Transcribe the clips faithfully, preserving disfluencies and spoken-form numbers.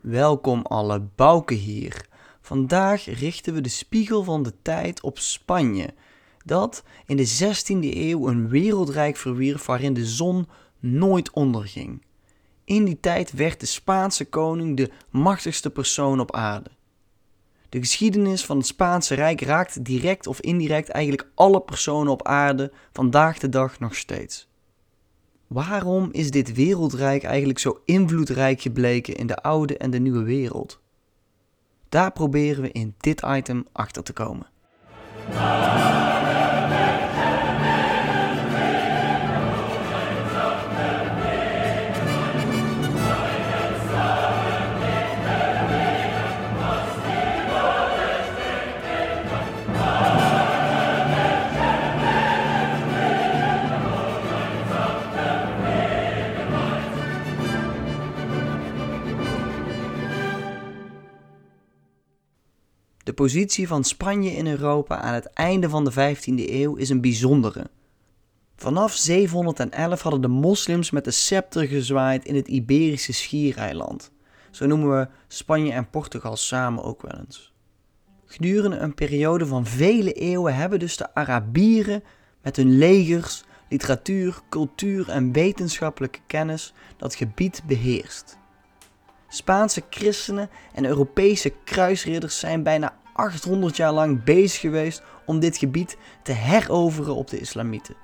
Welkom alle Bouke hier. Vandaag richten we de spiegel van de tijd op Spanje, dat in de zestiende eeuw een wereldrijk verwierf waarin de zon nooit onderging. In die tijd werd de Spaanse koning de machtigste persoon op aarde. De geschiedenis van het Spaanse Rijk raakt direct of indirect eigenlijk alle personen op aarde vandaag de dag nog steeds. Waarom is dit wereldrijk eigenlijk zo invloedrijk gebleken in de oude en de nieuwe wereld? Daar proberen we in dit item achter te komen. De positie van Spanje in Europa aan het einde van de vijftiende eeuw is een bijzondere. Vanaf zevenhonderdelf hadden de moslims met de scepter gezwaaid in het Iberische schiereiland. Zo noemen we Spanje en Portugal samen ook wel eens. Gedurende een periode van vele eeuwen hebben dus de Arabieren met hun legers, literatuur, cultuur en wetenschappelijke kennis dat gebied beheerst. Spaanse christenen en Europese kruisridders zijn bijna achthonderd jaar lang bezig geweest om dit gebied te heroveren op de islamieten.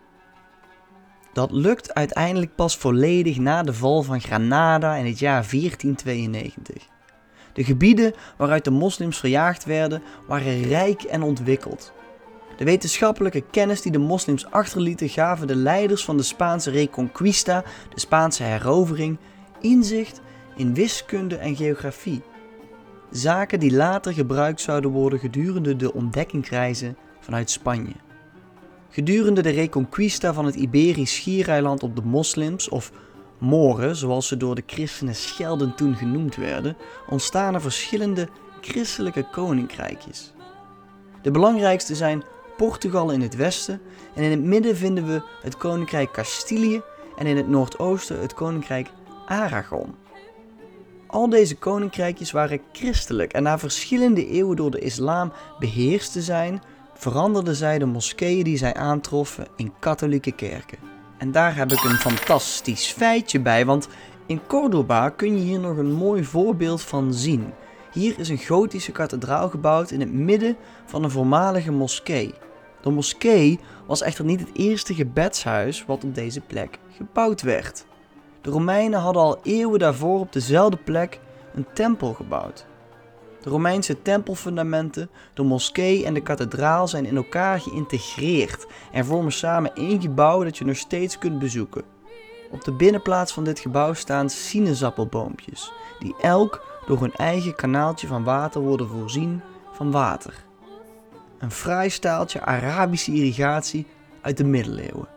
Dat lukt uiteindelijk pas volledig na de val van Granada in het jaar veertien tweeënnegentig. De gebieden waaruit de moslims verjaagd werden waren rijk en ontwikkeld. De wetenschappelijke kennis die de moslims achterlieten gaven de leiders van de Spaanse Reconquista, de Spaanse herovering, inzicht in wiskunde en geografie. Zaken die later gebruikt zouden worden gedurende de ontdekkingsreizen vanuit Spanje. Gedurende de Reconquista van het Iberisch schiereiland op de moslims, of Moren zoals ze door de christenen Schelden toen genoemd werden, ontstaan er verschillende christelijke koninkrijkjes. De belangrijkste zijn Portugal in het westen en in het midden vinden we het koninkrijk Castilië en in het noordoosten het koninkrijk Aragon. Al deze koninkrijkjes waren christelijk en na verschillende eeuwen door de islam beheerst te zijn, veranderden zij de moskeeën die zij aantroffen in katholieke kerken. En daar heb ik een fantastisch feitje bij, want in Córdoba kun je hier nog een mooi voorbeeld van zien. Hier is een gotische kathedraal gebouwd in het midden van een voormalige moskee. De moskee was echter niet het eerste gebedshuis wat op deze plek gebouwd werd. De Romeinen hadden al eeuwen daarvoor op dezelfde plek een tempel gebouwd. De Romeinse tempelfundamenten, de moskee en de kathedraal zijn in elkaar geïntegreerd en vormen samen één gebouw dat je nog steeds kunt bezoeken. Op de binnenplaats van dit gebouw staan sinaasappelboompjes, die elk door hun eigen kanaaltje van water worden voorzien van water. Een fraai staaltje Arabische irrigatie uit de middeleeuwen.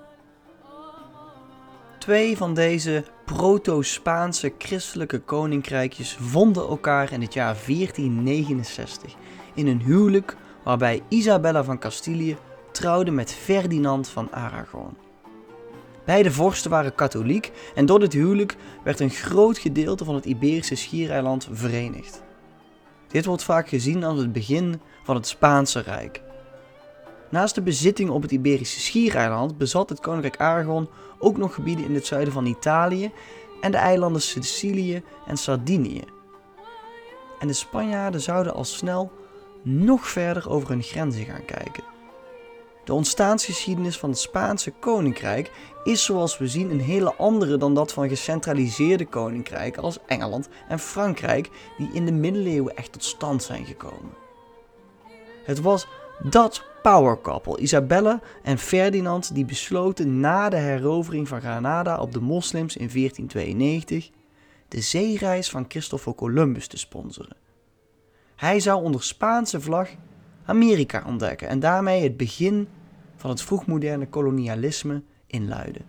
Twee van deze proto-Spaanse christelijke koninkrijkjes vonden elkaar in het jaar veertien negenenzestig in een huwelijk waarbij Isabella van Castilië trouwde met Ferdinand van Aragon. Beide vorsten waren katholiek en door dit huwelijk werd een groot gedeelte van het Iberische schiereiland verenigd. Dit wordt vaak gezien als het begin van het Spaanse Rijk. Naast de bezitting op het Iberische schiereiland bezat het koninkrijk Aragon ook nog gebieden in het zuiden van Italië en de eilanden Sicilië en Sardinië. En de Spanjaarden zouden al snel nog verder over hun grenzen gaan kijken. De ontstaansgeschiedenis van het Spaanse koninkrijk is zoals we zien een hele andere dan dat van gecentraliseerde koninkrijken als Engeland en Frankrijk die in de middeleeuwen echt tot stand zijn gekomen. Het was dat power couple, Isabella en Ferdinand, die besloten na de herovering van Granada op de moslims in veertien tweeënnegentig de zeereis van Christopher Columbus te sponsoren. Hij zou onder Spaanse vlag Amerika ontdekken en daarmee het begin van het vroegmoderne kolonialisme inluiden.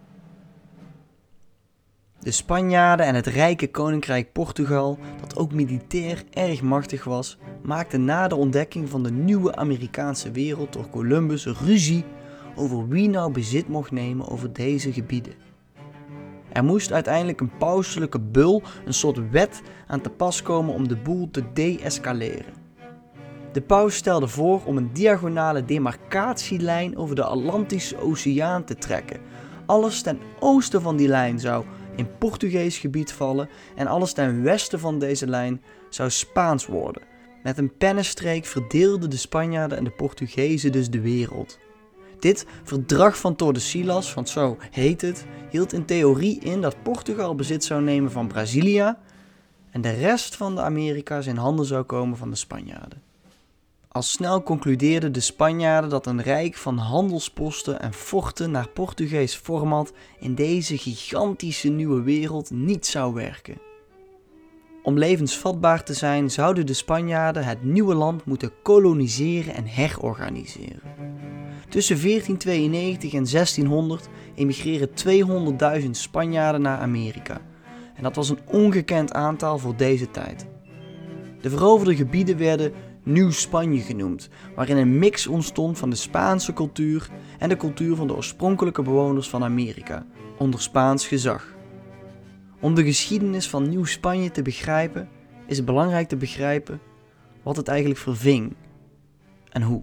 De Spanjaarden en het rijke koninkrijk Portugal, dat ook militair erg machtig was, maakten na de ontdekking van de nieuwe Amerikaanse wereld door Columbus ruzie over wie nou bezit mocht nemen over deze gebieden. Er moest uiteindelijk een pauselijke bul, een soort wet, aan te pas komen om de boel te de-escaleren. De paus stelde voor om een diagonale demarcatielijn over de Atlantische Oceaan te trekken. Alles ten oosten van die lijn zou in Portugees gebied vallen en alles ten westen van deze lijn zou Spaans worden. Met een pennenstreek verdeelden de Spanjaarden en de Portugezen dus de wereld. Dit verdrag van Tordesillas, want zo heet het, hield in theorie in dat Portugal bezit zou nemen van Brazilië en de rest van de Amerika's in handen zou komen van de Spanjaarden. Al snel concludeerden de Spanjaarden dat een rijk van handelsposten en forten naar Portugees format in deze gigantische nieuwe wereld niet zou werken. Om levensvatbaar te zijn zouden de Spanjaarden het nieuwe land moeten koloniseren en herorganiseren. Tussen veertien tweeënnegentig en zestienhonderd emigreren tweehonderdduizend Spanjaarden naar Amerika. En dat was een ongekend aantal voor deze tijd. De veroverde gebieden werden Nieuw-Spanje genoemd, waarin een mix ontstond van de Spaanse cultuur en de cultuur van de oorspronkelijke bewoners van Amerika, onder Spaans gezag. Om de geschiedenis van Nieuw-Spanje te begrijpen, is het belangrijk te begrijpen wat het eigenlijk verving en hoe.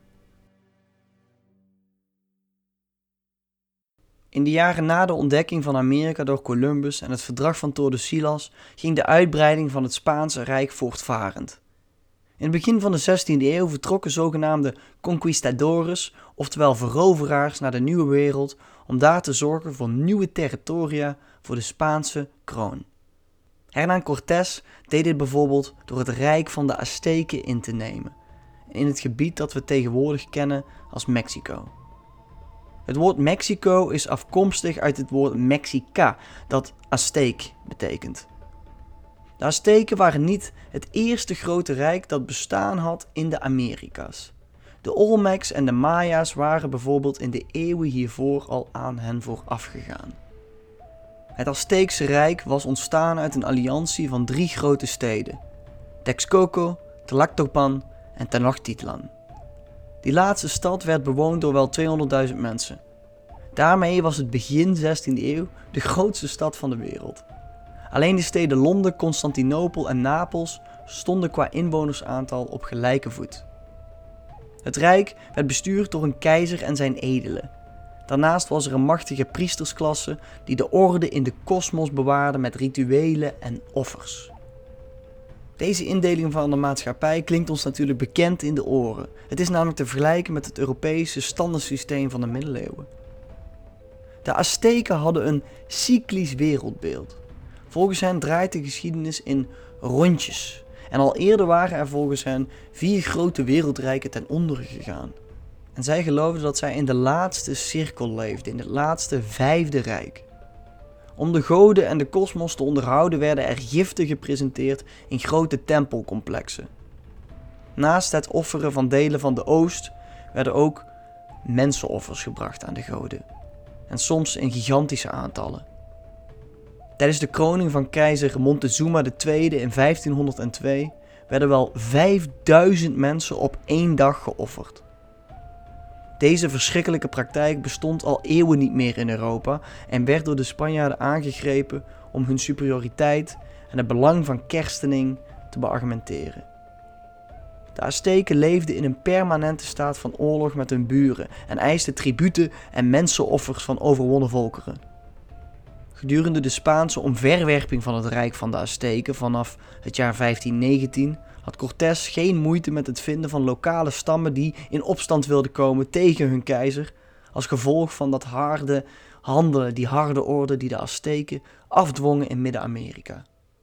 In de jaren na de ontdekking van Amerika door Columbus en het verdrag van Tordesillas ging de uitbreiding van het Spaanse Rijk voortvarend. In het begin van de zestiende eeuw vertrokken zogenaamde conquistadores, oftewel veroveraars, naar de nieuwe wereld om daar te zorgen voor nieuwe territoria voor de Spaanse kroon. Hernán Cortés deed dit bijvoorbeeld door het Rijk van de Azteken in te nemen, in het gebied dat we tegenwoordig kennen als Mexico. Het woord Mexico is afkomstig uit het woord Mexica, dat Azteek betekent. De Azteken waren niet het eerste grote rijk dat bestaan had in de Amerika's. De Olmecs en de Maya's waren bijvoorbeeld in de eeuwen hiervoor al aan hen voorafgegaan. Het Azteekse Rijk was ontstaan uit een alliantie van drie grote steden: Texcoco, Tlactopan en Tenochtitlan. Die laatste stad werd bewoond door wel tweehonderdduizend mensen. Daarmee was het begin zestiende eeuw de grootste stad van de wereld. Alleen de steden Londen, Constantinopel en Napels stonden qua inwonersaantal op gelijke voet. Het rijk werd bestuurd door een keizer en zijn edelen. Daarnaast was er een machtige priestersklasse die de orde in de kosmos bewaarde met rituelen en offers. Deze indeling van de maatschappij klinkt ons natuurlijk bekend in de oren. Het is namelijk te vergelijken met het Europese standaardsysteem van de middeleeuwen. De Azteken hadden een cyclisch wereldbeeld. Volgens hen draait de geschiedenis in rondjes. En al eerder waren er volgens hen vier grote wereldrijken ten onder gegaan. En zij geloofden dat zij in de laatste cirkel leefden, in het laatste vijfde rijk. Om de goden en de kosmos te onderhouden werden er giften gepresenteerd in grote tempelcomplexen. Naast het offeren van delen van de oost werden ook mensenoffers gebracht aan de goden. En soms in gigantische aantallen. Tijdens de kroning van keizer Montezuma de Tweede in vijftienhonderdtwee werden wel vijfduizend mensen op één dag geofferd. Deze verschrikkelijke praktijk bestond al eeuwen niet meer in Europa en werd door de Spanjaarden aangegrepen om hun superioriteit en het belang van kerstening te beargumenteren. De Azteken leefden in een permanente staat van oorlog met hun buren en eisten tributen en mensenoffers van overwonnen volkeren. Gedurende de Spaanse omverwerping van het Rijk van de Azteken vanaf het jaar vijftiennegentien had Cortés geen moeite met het vinden van lokale stammen die in opstand wilden komen tegen hun keizer, als gevolg van dat harde handelen, die harde orde die de Azteken afdwongen in Midden-Amerika.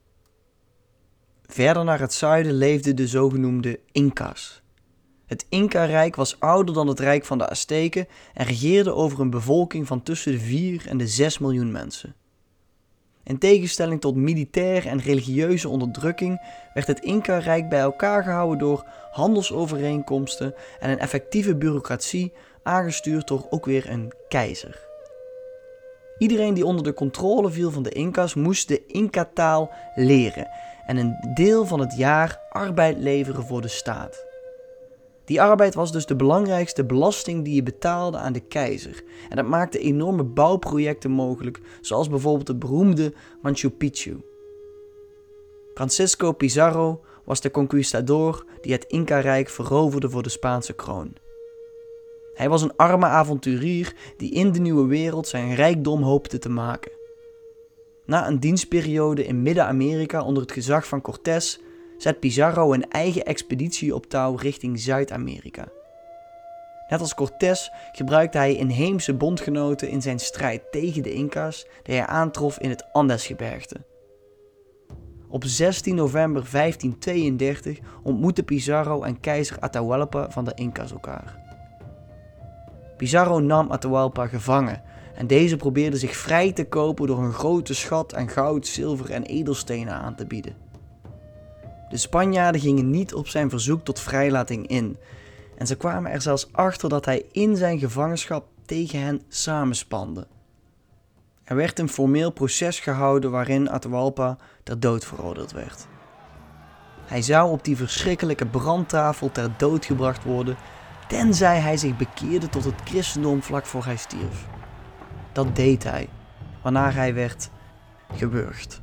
Verder naar het zuiden leefden de zogenoemde Inca's. Het Inca-rijk was ouder dan het Rijk van de Azteken en regeerde over een bevolking van tussen de vier en de zes miljoen mensen. In tegenstelling tot militaire en religieuze onderdrukking werd het Inca-rijk bij elkaar gehouden door handelsovereenkomsten en een effectieve bureaucratie, aangestuurd door ook weer een keizer. Iedereen die onder de controle viel van de Inca's moest de Inca-taal leren en een deel van het jaar arbeid leveren voor de staat. Die arbeid was dus de belangrijkste belasting die je betaalde aan de keizer. En dat maakte enorme bouwprojecten mogelijk, zoals bijvoorbeeld de beroemde Machu Picchu. Francisco Pizarro was de conquistador die het Inca-rijk veroverde voor de Spaanse kroon. Hij was een arme avonturier die in de nieuwe wereld zijn rijkdom hoopte te maken. Na een dienstperiode in Midden-Amerika onder het gezag van Cortés zet Pizarro een eigen expeditie op touw richting Zuid-Amerika. Net als Cortés gebruikte hij inheemse bondgenoten in zijn strijd tegen de Inca's die hij aantrof in het Andesgebergte. Op zestien november vijftienhonderdtweeëndertig ontmoetten Pizarro en keizer Atahualpa van de Inca's elkaar. Pizarro nam Atahualpa gevangen en deze probeerde zich vrij te kopen door een grote schat aan goud, zilver en edelstenen aan te bieden. De Spanjaarden gingen niet op zijn verzoek tot vrijlating in en ze kwamen er zelfs achter dat hij in zijn gevangenschap tegen hen samenspande. Er werd een formeel proces gehouden waarin Atahualpa ter dood veroordeeld werd. Hij zou op die verschrikkelijke brandtafel ter dood gebracht worden, tenzij hij zich bekeerde tot het christendom vlak voor hij stierf. Dat deed hij, waarna hij werd gewurgd.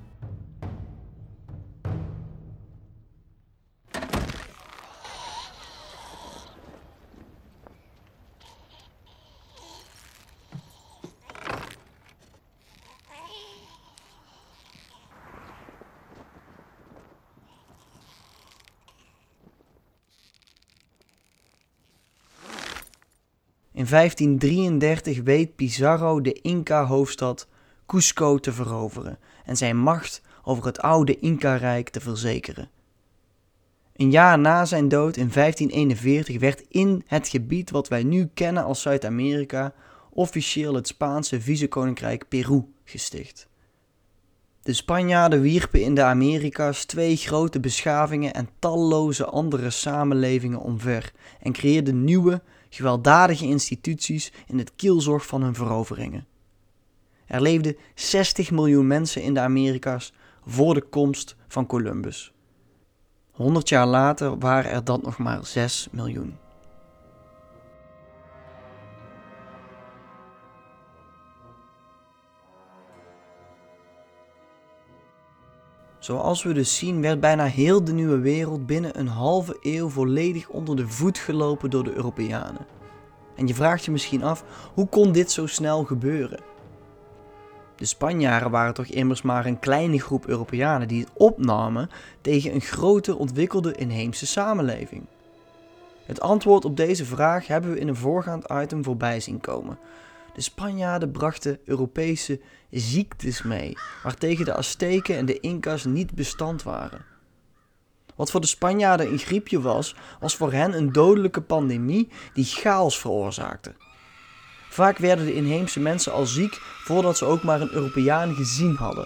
In vijftienhonderddrieëndertig weet Pizarro de Inca-hoofdstad Cusco te veroveren en zijn macht over het oude Inca-rijk te verzekeren. Een jaar na zijn dood in vijftienhonderdeenenveertig werd in het gebied wat wij nu kennen als Zuid-Amerika officieel het Spaanse vice-koninkrijk Peru gesticht. De Spanjaarden wierpen in de Amerika's twee grote beschavingen en talloze andere samenlevingen omver en creëerden nieuwe, gewelddadige instituties in het kielzog van hun veroveringen. Er leefden zestig miljoen mensen in de Amerika's voor de komst van Columbus. honderd jaar later waren er dat nog maar zes miljoen. Zoals we dus zien werd bijna heel de nieuwe wereld binnen een halve eeuw volledig onder de voet gelopen door de Europeanen. En je vraagt je misschien af, hoe kon dit zo snel gebeuren? De Spanjaarden waren toch immers maar een kleine groep Europeanen die het opnamen tegen een grote ontwikkelde inheemse samenleving. Het antwoord op deze vraag hebben we in een voorgaand item voorbij zien komen. De Spanjaarden brachten Europese ziektes mee, waartegen de Azteken en de Inca's niet bestand waren. Wat voor de Spanjaarden een griepje was, was voor hen een dodelijke pandemie die chaos veroorzaakte. Vaak werden de inheemse mensen al ziek voordat ze ook maar een Europeaan gezien hadden.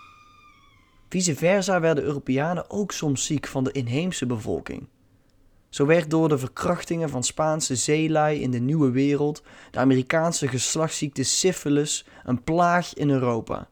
Vice versa werden Europeanen ook soms ziek van de inheemse bevolking. Zo werd door de verkrachtingen van Spaanse zeelui in de nieuwe wereld de Amerikaanse geslachtsziekte syphilis een plaag in Europa.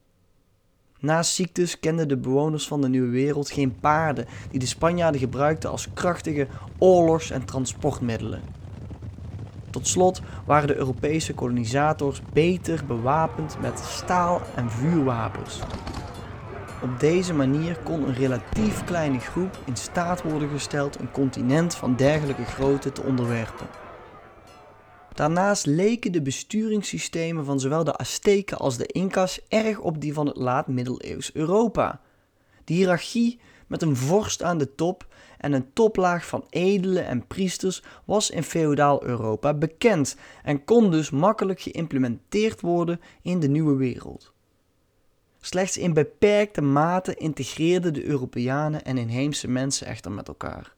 Naast ziektes kenden de bewoners van de nieuwe wereld geen paarden die de Spanjaarden gebruikten als krachtige oorlogs- en transportmiddelen. Tot slot waren de Europese kolonisators beter bewapend met staal- en vuurwapens. Op deze manier kon een relatief kleine groep in staat worden gesteld een continent van dergelijke grootte te onderwerpen. Daarnaast leken de besturingssystemen van zowel de Azteken als de Inca's erg op die van het laat-middeleeuws Europa. De hiërarchie met een vorst aan de top en een toplaag van edelen en priesters was in feodaal Europa bekend en kon dus makkelijk geïmplementeerd worden in de nieuwe wereld. Slechts in beperkte mate integreerden de Europeanen en inheemse mensen echter met elkaar.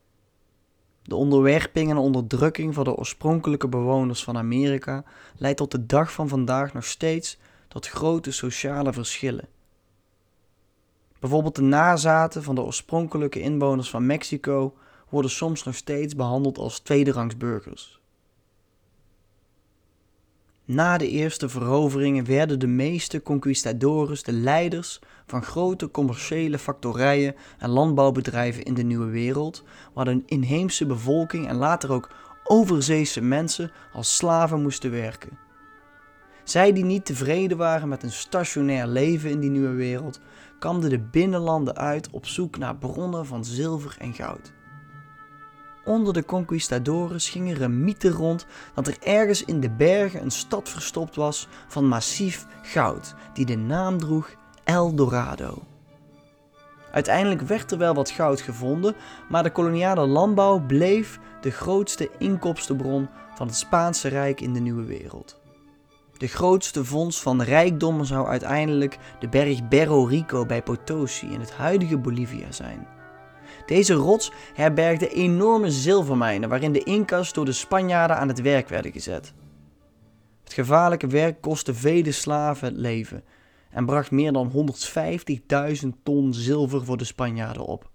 De onderwerping en onderdrukking van de oorspronkelijke bewoners van Amerika leidt tot de dag van vandaag nog steeds tot grote sociale verschillen. Bijvoorbeeld de nazaten van de oorspronkelijke inwoners van Mexico worden soms nog steeds behandeld als tweederangs burgers. Na de eerste veroveringen werden de meeste conquistadores de leiders van grote commerciële factorijen en landbouwbedrijven in de Nieuwe Wereld, waar de inheemse bevolking en later ook overzeese mensen als slaven moesten werken. Zij die niet tevreden waren met een stationair leven in die Nieuwe Wereld, kamden de binnenlanden uit op zoek naar bronnen van zilver en goud. Onder de conquistadores ging er een mythe rond dat er ergens in de bergen een stad verstopt was van massief goud, die de naam droeg El Dorado. Uiteindelijk werd er wel wat goud gevonden, maar de koloniale landbouw bleef de grootste inkomstenbron van het Spaanse Rijk in de Nieuwe Wereld. De grootste vondst van rijkdom zou uiteindelijk de berg Cerro Rico bij Potosi in het huidige Bolivia zijn. Deze rots herbergde enorme zilvermijnen waarin de Inca's door de Spanjaarden aan het werk werden gezet. Het gevaarlijke werk kostte vele slaven het leven en bracht meer dan honderdvijftigduizend ton zilver voor de Spanjaarden op.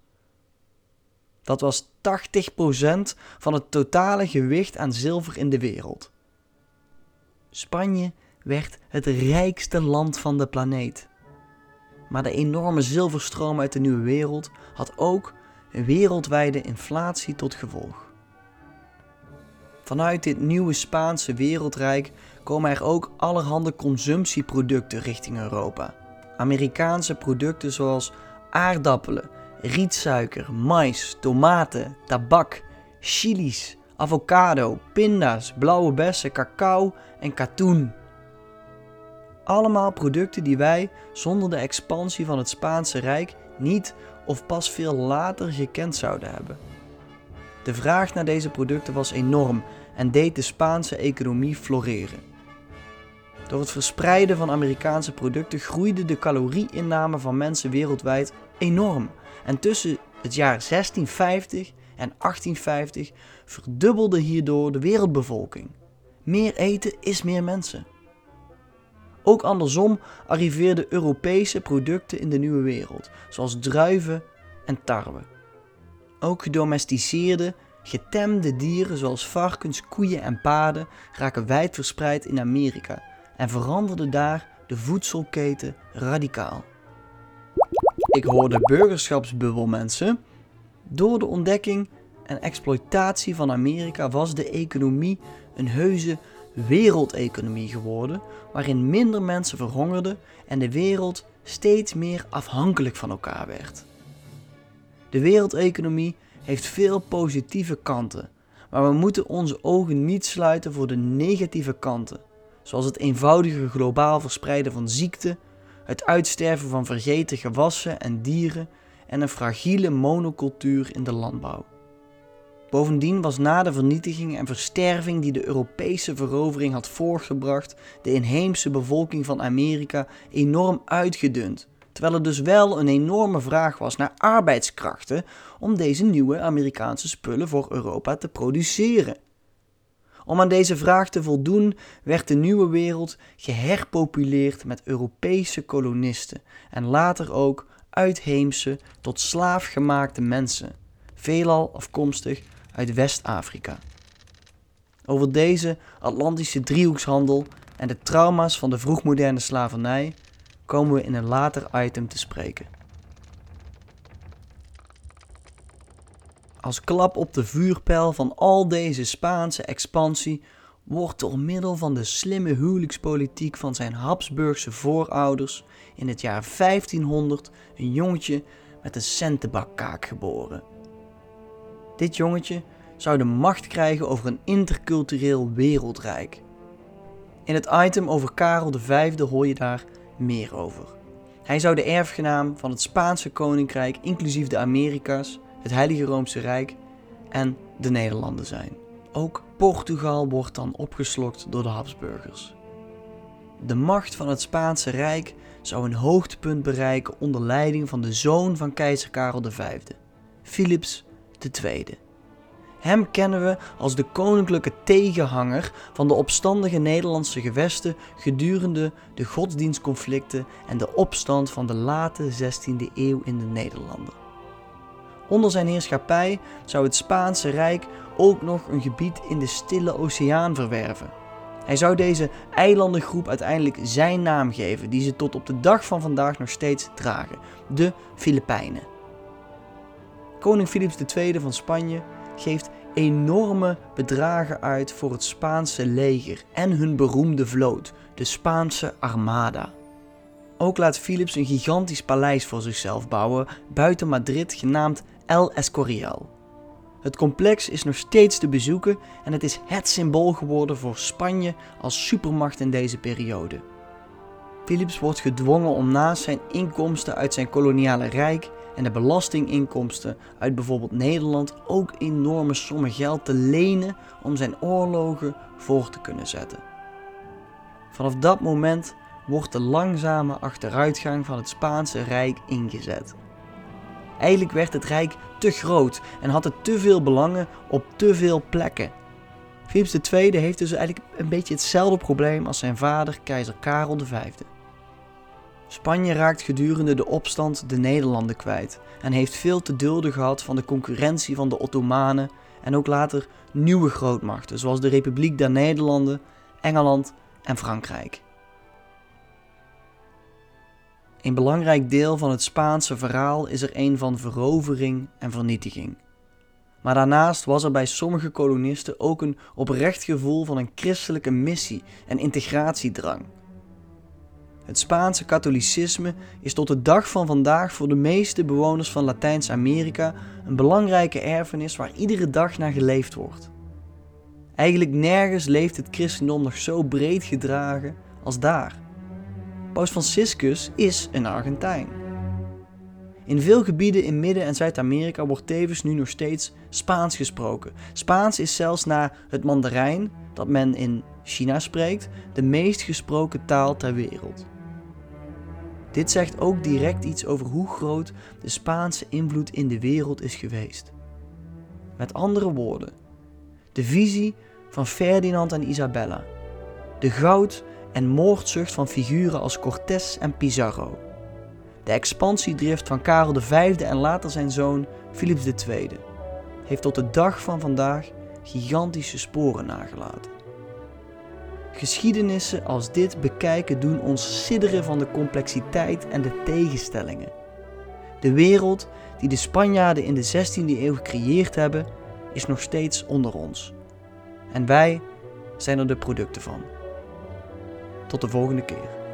Dat was tachtig procent van het totale gewicht aan zilver in de wereld. Spanje werd het rijkste land van de planeet. Maar de enorme zilverstroom uit de Nieuwe Wereld had ook een wereldwijde inflatie tot gevolg. Vanuit dit nieuwe Spaanse wereldrijk komen er ook allerhande consumptieproducten richting Europa. Amerikaanse producten zoals aardappelen, rietsuiker, mais, tomaten, tabak, chilies, avocado, pinda's, blauwe bessen, cacao en katoen. Allemaal producten die wij zonder de expansie van het Spaanse Rijk niet of pas veel later gekend zouden hebben. De vraag naar deze producten was enorm en deed de Spaanse economie floreren. Door het verspreiden van Amerikaanse producten groeide de calorie-inname van mensen wereldwijd enorm. En tussen het jaar zestienvijftig en achttienvijftig verdubbelde hierdoor de wereldbevolking. Meer eten is meer mensen. Ook andersom arriveerden Europese producten in de Nieuwe Wereld, zoals druiven en tarwe. Ook gedomesticeerde, getemde dieren zoals varkens, koeien en paarden raken wijdverspreid in Amerika en veranderden daar de voedselketen radicaal. Ik hoor de burgerschapsbubbel, mensen. Door de ontdekking en exploitatie van Amerika was de economie een heuse wereldeconomie geworden, waarin minder mensen verhongerden en de wereld steeds meer afhankelijk van elkaar werd. De wereldeconomie heeft veel positieve kanten, maar we moeten onze ogen niet sluiten voor de negatieve kanten, zoals het eenvoudige globaal verspreiden van ziekte, het uitsterven van vergeten gewassen en dieren en een fragiele monocultuur in de landbouw. Bovendien was na de vernietiging en versterving die de Europese verovering had voortgebracht, de inheemse bevolking van Amerika enorm uitgedund, terwijl er dus wel een enorme vraag was naar arbeidskrachten om deze nieuwe Amerikaanse spullen voor Europa te produceren. Om aan deze vraag te voldoen werd de nieuwe wereld geherpopuleerd met Europese kolonisten en later ook uitheemse tot slaafgemaakte mensen, veelal afkomstig uit West-Afrika. Over deze Atlantische driehoekshandel en de trauma's van de vroegmoderne slavernij komen we in een later item te spreken. Als klap op de vuurpijl van al deze Spaanse expansie wordt door middel van de slimme huwelijkspolitiek van zijn Habsburgse voorouders in het jaar vijftienhonderd een jongetje met een centenbakkaak geboren. Dit jongetje zou de macht krijgen over een intercultureel wereldrijk. In het item over Karel de Vijfde hoor je daar meer over. Hij zou de erfgenaam van het Spaanse koninkrijk, inclusief de Amerika's, het Heilige Roomse Rijk en de Nederlanden zijn. Ook Portugal wordt dan opgeslokt door de Habsburgers. De macht van het Spaanse Rijk zou een hoogtepunt bereiken onder leiding van de zoon van keizer Karel de Vijfde, Philips de Tweede. Hem kennen we als de koninklijke tegenhanger van de opstandige Nederlandse gewesten gedurende de godsdienstconflicten en de opstand van de late zestiende eeuw in de Nederlanden. Onder zijn heerschappij zou het Spaanse Rijk ook nog een gebied in de Stille Oceaan verwerven. Hij zou deze eilandengroep uiteindelijk zijn naam geven, die ze tot op de dag van vandaag nog steeds dragen: de Filipijnen. Koning Philips de Tweede van Spanje geeft enorme bedragen uit voor het Spaanse leger en hun beroemde vloot, de Spaanse Armada. Ook laat Philips een gigantisch paleis voor zichzelf bouwen buiten Madrid, genaamd El Escorial. Het complex is nog steeds te bezoeken en het is het symbool geworden voor Spanje als supermacht in deze periode. Philips wordt gedwongen om naast zijn inkomsten uit zijn koloniale rijk en de belastinginkomsten uit bijvoorbeeld Nederland ook enorme sommen geld te lenen om zijn oorlogen voor te kunnen zetten. Vanaf dat moment wordt de langzame achteruitgang van het Spaanse Rijk ingezet. Eigenlijk werd het Rijk te groot en had het te veel belangen op te veel plekken. Philips de Tweede heeft dus eigenlijk een beetje hetzelfde probleem als zijn vader, keizer Karel de Vijfde. Spanje raakt gedurende de opstand de Nederlanden kwijt en heeft veel te dulden gehad van de concurrentie van de Ottomanen en ook later nieuwe grootmachten zoals de Republiek der Nederlanden, Engeland en Frankrijk. Een belangrijk deel van het Spaanse verhaal is er een van verovering en vernietiging. Maar daarnaast was er bij sommige kolonisten ook een oprecht gevoel van een christelijke missie en integratiedrang. Het Spaanse katholicisme is tot de dag van vandaag voor de meeste bewoners van Latijns-Amerika een belangrijke erfenis waar iedere dag naar geleefd wordt. Eigenlijk nergens leeft het christendom nog zo breed gedragen als daar. Paus Franciscus is een Argentijn. In veel gebieden in Midden- en Zuid-Amerika wordt tevens nu nog steeds Spaans gesproken. Spaans is zelfs na het Mandarijn, dat men in China spreekt, de meest gesproken taal ter wereld. Dit zegt ook direct iets over hoe groot de Spaanse invloed in de wereld is geweest. Met andere woorden, de visie van Ferdinand en Isabella, de goud- en moordzucht van figuren als Cortés en Pizarro, de expansiedrift van Karel de Vijfde en later zijn zoon Philips de Tweede, heeft tot de dag van vandaag gigantische sporen nagelaten. Geschiedenissen als dit bekijken doen ons sidderen van de complexiteit en de tegenstellingen. De wereld die de Spanjaarden in de zestiende eeuw gecreëerd hebben, is nog steeds onder ons. En wij zijn er de producten van. Tot de volgende keer.